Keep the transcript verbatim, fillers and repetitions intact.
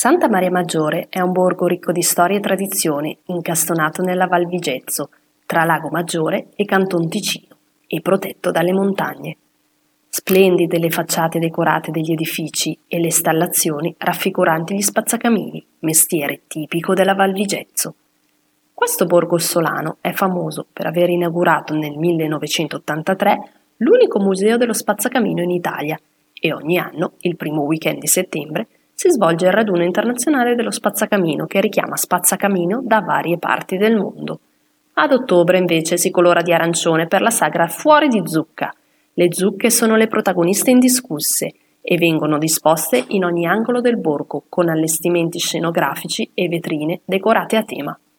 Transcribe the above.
Santa Maria Maggiore è un borgo ricco di storia e tradizioni, incastonato nella Val Vigezzo, tra Lago Maggiore e Canton Ticino, e protetto dalle montagne. Splendide le facciate decorate degli edifici e le stallazioni raffiguranti gli spazzacamini, mestiere tipico della Val Vigezzo. Questo borgo ossolano è famoso per aver inaugurato nel millenovecentottantatré l'unico museo dello spazzacamino in Italia e ogni anno, il primo weekend di settembre, si svolge il raduno internazionale dello spazzacamino che richiama spazzacamino da varie parti del mondo. Ad ottobre invece si colora di arancione per la sagra Fuori di zucca. Le zucche sono le protagoniste indiscusse e vengono disposte in ogni angolo del borgo con allestimenti scenografici e vetrine decorate a tema.